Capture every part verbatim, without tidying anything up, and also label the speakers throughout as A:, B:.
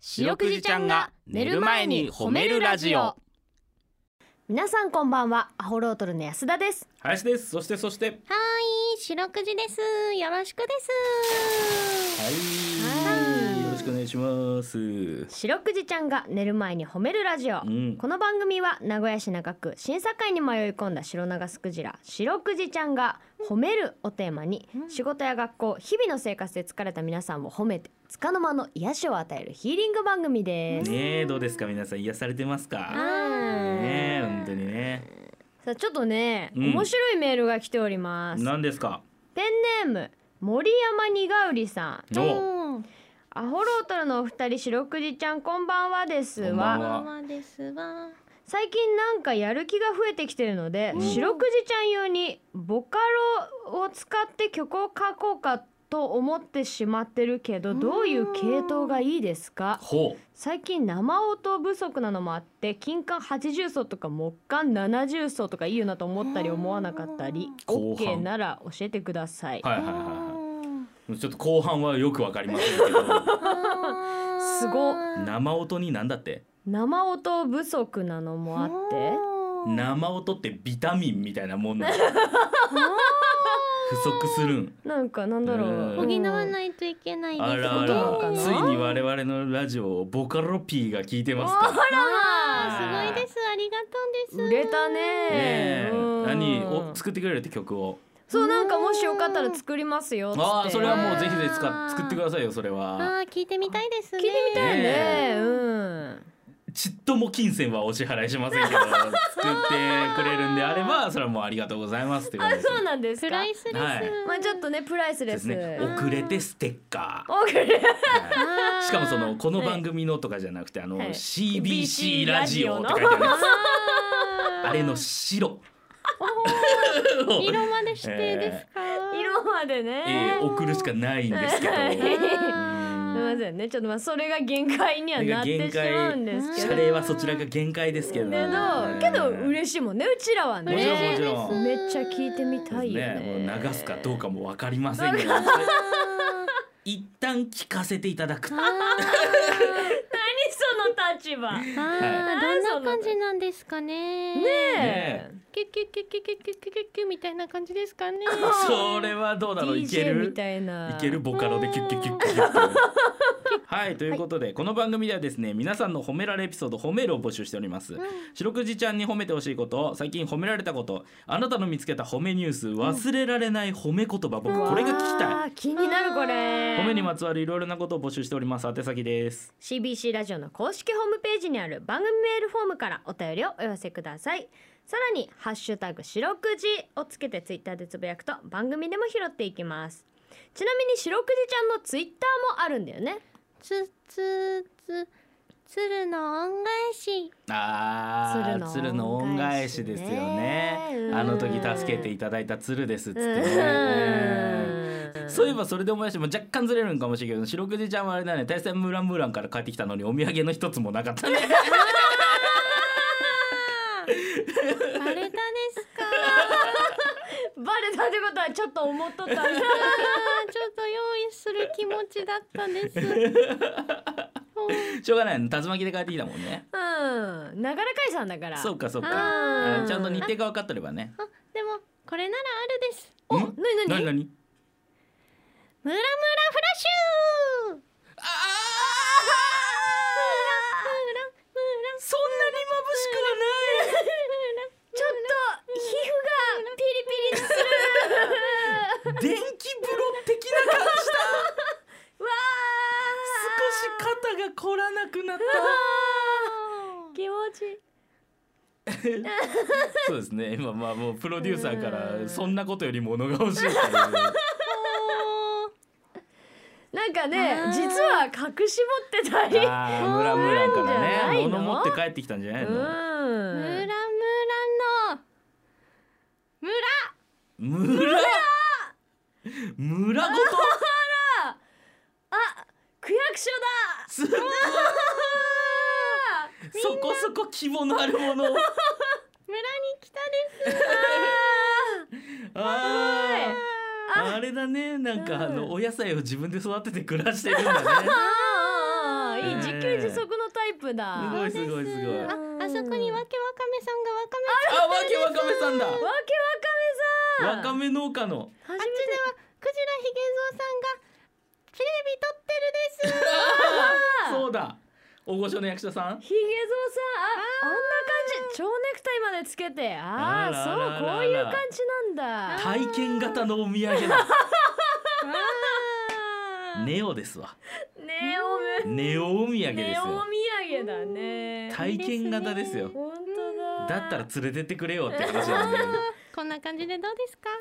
A: 白くじちゃんが寝る前に褒めるラジオ。
B: 皆さんこんばんは。アホロートルの安田です。
C: 林です。そしてそして
A: はい、白くじです。よろしくです。
C: はい、よろしくお願いします。
B: 白くじちゃんが寝る前に褒めるラジオ、うん、この番組は名古屋市中区審査会に迷い込んだ白長スクジラ白くじちゃんが褒めるをテーマに、うん、仕事や学校日々の生活で疲れた皆さんを褒めて束の間の癒しを与えるヒーリング番組です。
C: ねえ、どうですか皆さん、癒されてますか？ねえ、本当にね。
B: さあちょっとね、うん、面白いメールが来ております。
C: 何ですか？
B: ペンネーム森山にがうりさん。
C: お
B: アホロートルのお二人、白くじちゃんこんばんはですわ。
A: こんばんはですわ。
B: 最近なんかやる気が増えてきてるので、うん、白くじちゃん用にボカロを使って曲を書こうかと思ってしまってるけど、どういう系統がいいですか？
C: ほう。
B: 最近生音不足なのもあって、金管はちじゅう層とか木管ななじゅう層とかいいよなと思ったり思わなかったり、 OK なら教えてください。
C: はいはいはいはい、ちょっと後半はよくわかりませんけど
B: すごっ。
C: 生音になんだって？
B: 生音不足なのもあって、
C: 生音ってビタミンみたいなもんなの不足するん。
B: なんかなんだろう、
A: 補わないといけないですね。
C: あらあら、ついに我々のラジオをボカロ P が聞いてますか？
B: あら
A: すごいです。ありがとうです。
B: 売れたね。
C: ね、何を作ってくれるって曲を。
B: そう、なんかもしよかったら作りますよっつって。
C: ああ、それはもうぜひぜひ作ってくださいよ。それは
A: ああ、聞いてみたいですね。
B: 聞いてみたいね。うん。
C: ちっとも金銭はお支払いしませんけど作ってくれるんであればそれはもうありがとうございますってことです。
B: あ、そうなんですか。
A: プライスレス、はい、
B: まあちょっとねプライスレスです
C: ね。遅れてステッカー、
B: 遅れ、はい、
C: しかもそのこの番組のとかじゃなくて、あの、はい、シービーシー ラジオって書いてあるやつあれの白
A: 色まで指定ですか？
B: えー、色までね、
C: えー、送るしかないんですけど
B: すみませんね、ちょっとまあそれが限界にはなってしまうんですけど、
C: 謝礼はそちらが限界ですけど、
B: けどけど嬉しいもんね、うちらはね。
C: もちろんもちろん、
B: めっちゃ聞いてみたいよね。
C: ね、もう流すかどうかも分かりませんけど一旦聞かせていただく何そ
B: の立場、はい、
A: どんな感じなんですかね。
B: ねえ、
A: キュッキュッキュッキュッキュッキュッキュッキュッみたいな感じですかね。
C: それはどうだろう、いける
B: みたいな、
C: いけるボカロでキュッキュッキュッキュッキュッはい、ということで、はい、この番組ではですね、皆さんの褒められエピソード褒めるを募集しております、うん、白くじちゃんに褒めてほしいこと、最近褒められたこと、あなたの見つけた褒めニュース、忘れられない褒め言葉、僕これが聞きたい。
B: 気になるこれ。
C: 褒めにまつわるいろいろなことを募集しております。宛先です。
B: シービーシー ラジオの公式ホームページにある番組メールフォームからお便りをお寄せください。さらにハッシュタグ白くじをつけてツイッターでつぶやくと番組でも拾っていきます。ちなみに白くじちゃんのツイッターもあるんだよね。
A: つつつ鶴の恩返し。
C: あー、鶴の恩返しですよね。あの時助けていただいた鶴ですっつってね。そういえばそれで思い出して、も若干ずれるんかもしれないけど、白くじちゃんはあれだね、大戦ムーランムーランから帰ってきたのにお土産の一つもなかったね
A: バレたですか？
B: バレたってことはちょっと思っとったちょっと
A: 用意する気持ちだったです
C: しょうがないの、竜巻で帰ってきたもんね。
B: うん、ながらかいさんだから。
C: そうかそうか、ちゃんと日程が分かってればね。
A: あ、でもこれならあるです。
B: お、なになになに？
A: ムラムラフラッシュー。
C: あー、そんなに眩しくはない
B: ちょっと皮膚がピリピリする
C: 電気風呂的な感じだ
B: わ
C: 少し肩が凝らなくなった
B: 気持ちいい
C: そうですね、今まあもうプロデューサーからそんなことより物が欲しいっていう
B: なんかね、実は隠し持ってたり、
C: あー、ムラムラからね、物持って帰ってきたんじゃないの？
A: ムラムラの
C: 村村村ごと
B: あ、区役所だ。
C: すごいそこそこ規模のあるもの村に
A: 来たです
C: ああ、あれだね、なんか、うん、あのお野菜を自分で育てて暮らしてるんだね
B: あ、いい実家球児足のタイプだ。
C: すごいすごいすごい。
A: あ、あそこにわけわかめさんがわかめ
C: あ、わけわかめさんだ。
B: わけわかめさん。
C: わかめ農家の。
A: あっちではクジラひげぞうさんがテレビ撮ってるです
C: そうだ。大御所の役者さん。
B: ひげぞうさん、あ、あんな感じ、蝶ネクタイまでつけて、ああ、
C: あらららら
B: そう、こういう感じなんだ。
C: 体験型のお土産だ。
A: あー
C: ネオですわ。
B: ネオム、
C: ネオお土産です
B: ネオお
C: よ。
B: 土産だね。
C: 体験型ですよ。
B: 本当だ。
C: だったら連れてってくれよって話なんで。
A: こんな感じでどうですか？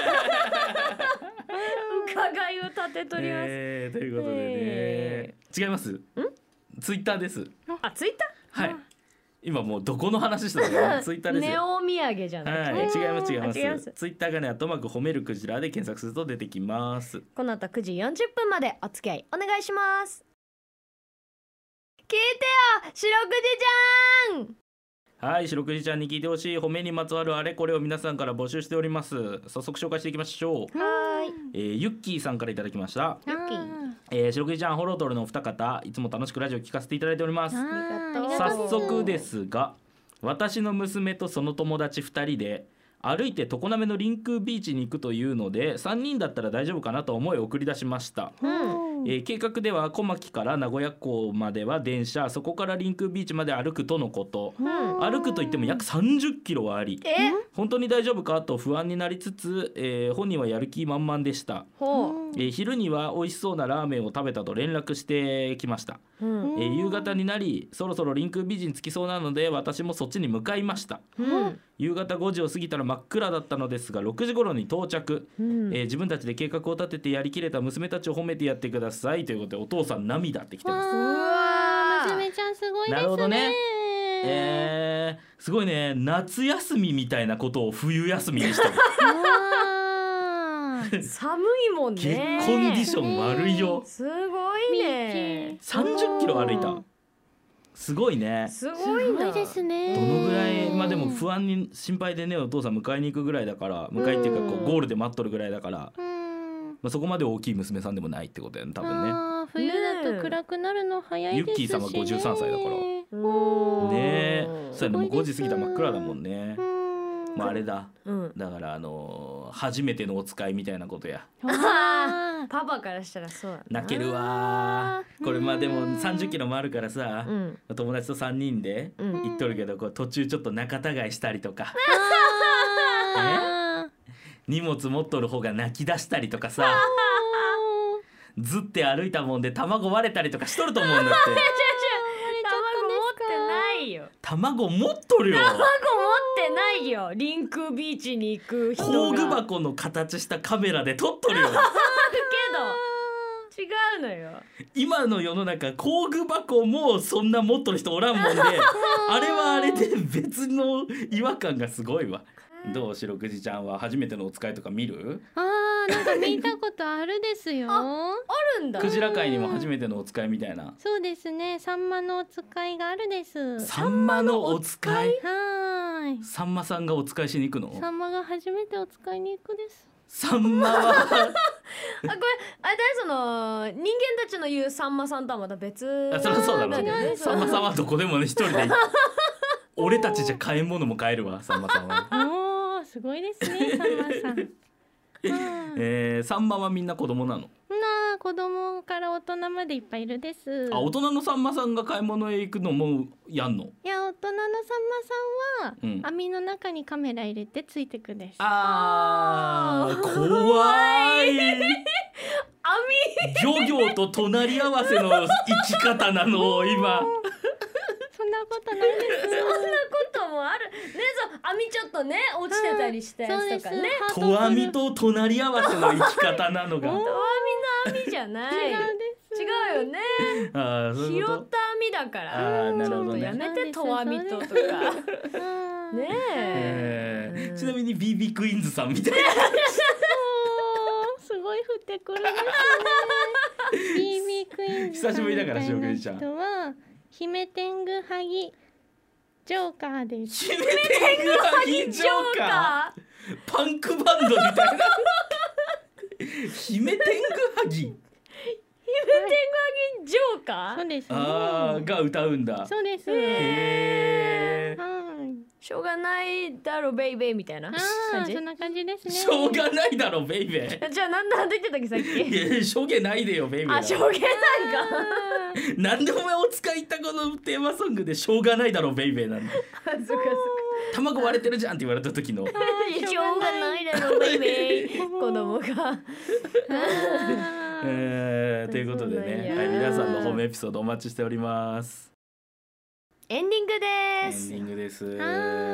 B: 伺いを立て取ります。
C: えー、ということでね、
B: え
C: 違います。ツイッターです。
B: あ、ツイッタ
C: はい。今もうどこの話してたの？ツイッターですよ。
B: ネオお土産じゃなくて、
C: はい、違います違います。
B: あ違います
C: ツイッターがね、アットマーク褒めるクジラで検索すると出てきます。
B: この後くじよんじゅっぷんまでお付き合いお願いします。聞いてよ、白くじちゃん。
C: はい、白くじちゃんに聞いてほしい褒めにまつわるあれこれを皆さんから募集しております。早速紹介していきましょう。
B: はーい。
C: えー、ゆっきーさんからいただきました。
B: ユッキー、
C: えー、白くじちゃん、ホロートルのお二方、いつも楽しくラジオ聞かせていただいております。
A: あー
B: ありがとう
C: 早速ですが、私の娘とその友達ふたりで歩いて常滑のリンクビーチに行くというので、さんにんだったら大丈夫かなと思い送り出しました。
B: うん
C: えー計画では小牧から名古屋港までは電車、そこからリンクビーチまで歩くとのこと。
B: うん、
C: 歩くといっても約さんじゅっキロはあり、
B: え、
C: 本当に大丈夫かと不安になりつつ、えー本人はやる気満々でした。
B: ほ
C: えー昼には美味しそうなラーメンを食べたと連絡してきました。
B: う、うん、
C: えー夕方になり、そろそろリンクビーチに着きそうなので私もそっちに向かいました。
B: うん、
C: 夕方ごじを過ぎたら真っ暗だったのですが、ろくじ頃に到着。
B: うん、
C: えー自分たちで計画を立ててやりきれた娘たちを褒めてやってくださいということで、お父さん涙ってきてます。
B: うわ
A: わー、
B: ー
A: 娘ちゃんすごいですね。
C: なるほどね。えー、すごいね、夏休みみたいなことを冬休みにしてる。
A: あー
B: 寒いもんね。
C: 結コンディション悪いよ。
B: すごいね。
C: さんじゅっキロ歩いた。すごいね。
B: す
A: す
B: ごいな。
A: ごいですね。
C: どのぐらい、まあでも不安に心配でね、お父さん迎えに行くぐらいだから、迎えっていうかこうゴールで待っとるぐらいだから、
A: うん。
C: まあ、そこまで大きい娘さんでもないってことだよね、多分ね。
A: あー、冬だと暗くなるの早いですしね。
C: ユッキーさんはごじゅうさんさいだから
B: おー
C: ねえ、そうやね、もうごじ過ぎたら真っ暗だもん
A: う
C: ね。
A: ん。
C: まああれだ。
B: うん。
C: だからあのー初めてのお使いみたいなことや。
A: あー
B: パパからしたらそうだな。
C: 泣けるわー。これまあでもさんじゅっキロもあるからさ、
B: うん。
C: 友達とさんにんで
B: うん。
C: 行っとるけど、こう途中ちょっと仲違いしたりとか、
A: あー
C: 荷物持っとる方が泣き出したりとかさ、ずって歩いたもんで卵割れたりとかしとると思うんだって。
B: 卵持ってないよ。
C: 卵持っとるよ。
B: 卵持ってないよ。リンクビーチに行く人が。
C: 工具箱の形したカメラで撮っとるよ。
B: けど違うのよ。
C: 今の世の中工具箱もそんな持っとる人おらんもんで、あれはあれで別の違和感がすごいわ。どう、白くじちゃんは初めてのお使いとか見る？
A: あー、なんか見たことあるですよ。
B: あるんだ。
C: クジラ界にも初めてのお使いみたいな。
A: そうですね、サンマのお使いがあるです。
C: サンマのお使い？
A: はーい。
C: サンマさんがお使いしに行くの？
A: サンマが初めてお使いに行くです。
C: サンマは
B: あ、これあれだよ、その人間たちの言うさんまさんとはまた別。
C: あ、そりゃそうだろ
B: なんよね。
C: サンマさんはどこでもね、一人で俺たちじゃ買えんものも買えるわ、サンマさんは。
A: おー、すごいですね、サンマさん。うん
C: えー、サンマはみんな子供なの？
A: なあ、子供から大人までいっぱいいるです。
C: あ、大人のサンマさんが買い物へ行くのもやんの？
A: いや、大人のサンマさんは、
C: うん
A: 網の中にカメラ入れてついてくです。
C: あー、怖い。
B: 網。
C: 漁業と隣り合わせの生き方なの今。
A: そんなことないです。
B: そんなこともある。ね、そう、網ちょっとね、落ちてたりしたやつとかね。
A: そうです。
C: と網と隣り合わせの生き方なのが。
B: と網の網じゃない。
A: 違うです。
B: 違うよね。
C: あー、そういうこと。
B: 拾った網だか
C: あ
B: ら。
C: ー、な
B: ちょっと
C: るほどね。
B: やめて、と網ととか。
A: うん
B: ねえ。
C: えーちなみに ビービー クイーンズさんみたいな。
A: おー、すごい降ってくるですね。ビービー クイーンズさん
C: 久しぶりだから
A: みたいな
C: 白くじちゃん
A: 人は姫天狗ハギジョーカーです。
C: 姫天狗ハギジョーカー。パンクバンドみたいな。姫天狗ハギ。
B: 姫天狗ジョーカー
A: そうですね。
C: あーが歌うんだ。
A: そうです。
C: へー
A: はい。
B: しょうがないだろベイベーみたいな
A: あ
B: 感じ
A: あ、そんな感じですね。
C: しょうがないだろベイベー。
B: じゃあなんなんて言ってたっけさっき
C: いやしょげないでよベイベーだ。
B: あしょうがないか
C: なんでお前お使い行ったこのテーマソングでしょうがないだろベイベーなんだ。
B: あそっかそっか
C: 卵割れてるじゃんって言われた時の。
B: しょうがないだろベイベー子供が
C: えー、ということでね、はい、皆さんの褒めエピソードお待ちしております。
B: エンディング
C: エ
B: です
C: ンディングです。
A: ー
C: はい。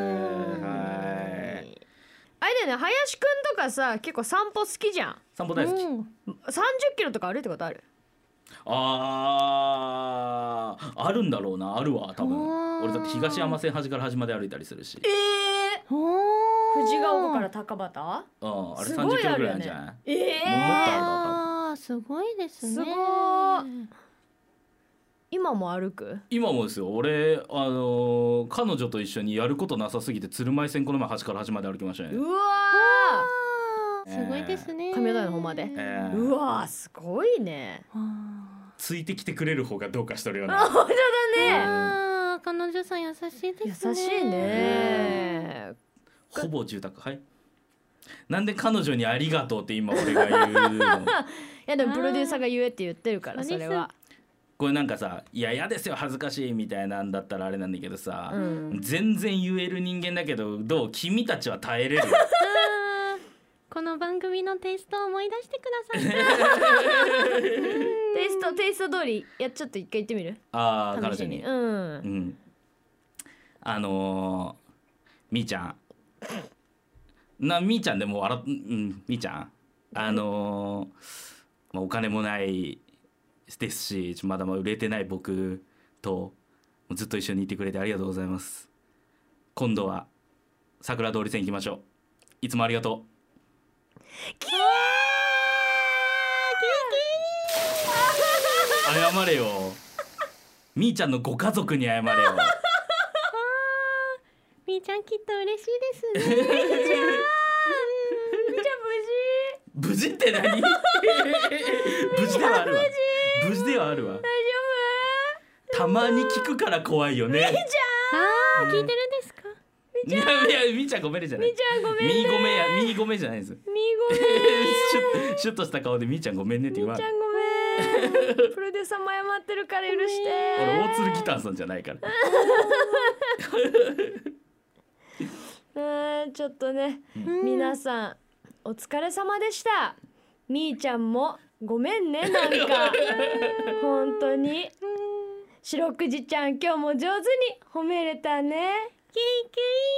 B: あれだよね林くんとかさ結構散歩好きじゃん
C: 散歩大好き。
A: うん
B: さんじゅっキロとか歩いたことある
C: あーあるんだろうな、あるわ多分。
A: あー
C: 俺だって東山線端から端まで歩いたりするし。
B: ええ
A: おー
B: 藤が丘から高畑
C: うん、あれ
B: す
C: 三十キロぐ
B: ごいあるよね
C: らいなんじゃない？
B: ええ
C: もうもっとあるな
A: あーすごいですね。
B: すごー今も歩く
C: 今もですよ。俺あのー彼女と一緒にやることなさすぎて鶴舞線この前端から端まで歩きましたね。
B: うわ
A: あーすごいですね。
B: 亀田の方まで
C: えー
B: ーうわーすごいね
A: あ
C: ついてきてくれる方がどうかしとるような。
B: あ本当
A: ー
B: だね
A: あー彼女さん優しいですね。
B: 優しいね
C: ほぼ住宅。はい。なんで彼女にありがとうって今俺が言うの？
B: いやでもプロデューサーが言えって言ってるからそれは
C: これなんかさ、いや嫌ですよ恥ずかしいみたいなんだったらあれなんだけどさ、
B: うん
C: 全然言える人間だけどどう君たちは耐えれる？
A: あーこの番組のテイストを思い出してください。
B: テイストテイスト通りやちょっと一回言ってみる
C: ああ彼
B: 試しに
C: 女に。
B: うん
C: うん。あのー、みーちゃん。なみーちゃんでも笑っうんみーちゃん。あのーまあ、お金もないですしまだまだ売れてない僕とずっと一緒にいてくれてありがとうございます。今度は桜通り線行きましょう。いつもありがとう。謝れよ。みーちゃんのご家族に謝れよ。
A: みーちゃんきっと嬉しいですね。
B: みーちゃん無事
C: 無事って何？無事ではあるわ。無事ではあるわ。
B: 大丈
C: たまに聞くから怖いよね。
A: あー聞いてるんですか。
C: いやいやみーちゃんごめんねじゃない。
B: みーちゃんごめんね
C: みーごめんやみーごめんじゃないです。
B: 夫みーごめん
C: シュッシュッとした顔でみーちゃんごめんねって言わん。
B: みーちゃんごめんプロデューサーも謝ってるから許して
C: 俺大鶴ギターさんじゃないから。
B: うんちょっとね、皆さんお疲れ様でした。みーちゃんもごめんねなんか本当に白くじちゃん今日も上手に褒めれたね。
A: キイキイ